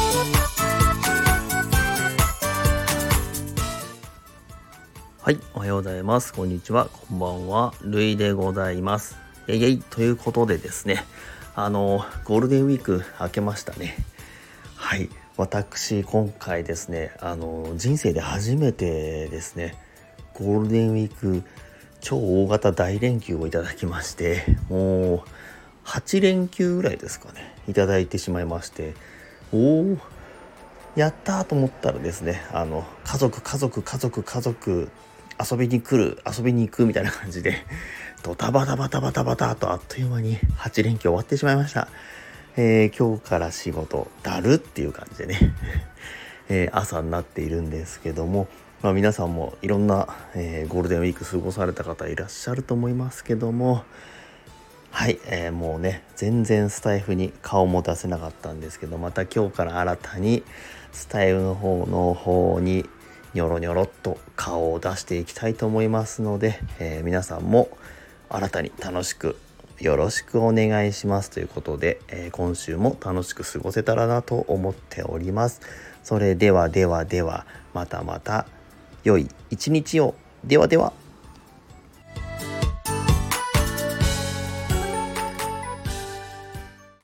はい、おはようございます。こんにちは、こんばんは。るいでございます。イェイイェイということでですね、ゴールデンウィーク明けましたね。はい、私今回ですね、人生で初めてですね、ゴールデンウィーク超大型大連休をいただきまして、もう8連休ぐらいですかね、いただいてしまいまして、やったーと思ったらですね、家族遊びに来る遊びに行くみたいな感じでドタバタバタバタバタとあっという間に8連休終わってしまいました。今日から仕事だるっていう感じでね、朝になっているんですけども、皆さんもいろんな、ゴールデンウィーク過ごされた方いらっしゃると思いますけども、はい、もうね全然スタイフに顔も出せなかったんですけど、また今日から新たにスタイフの方にニョロニョロっと顔を出していきたいと思いますので、皆さんも新たに楽しくよろしくお願いしますということで、今週も楽しく過ごせたらなと思っております。それではまた良い一日を。ではでは。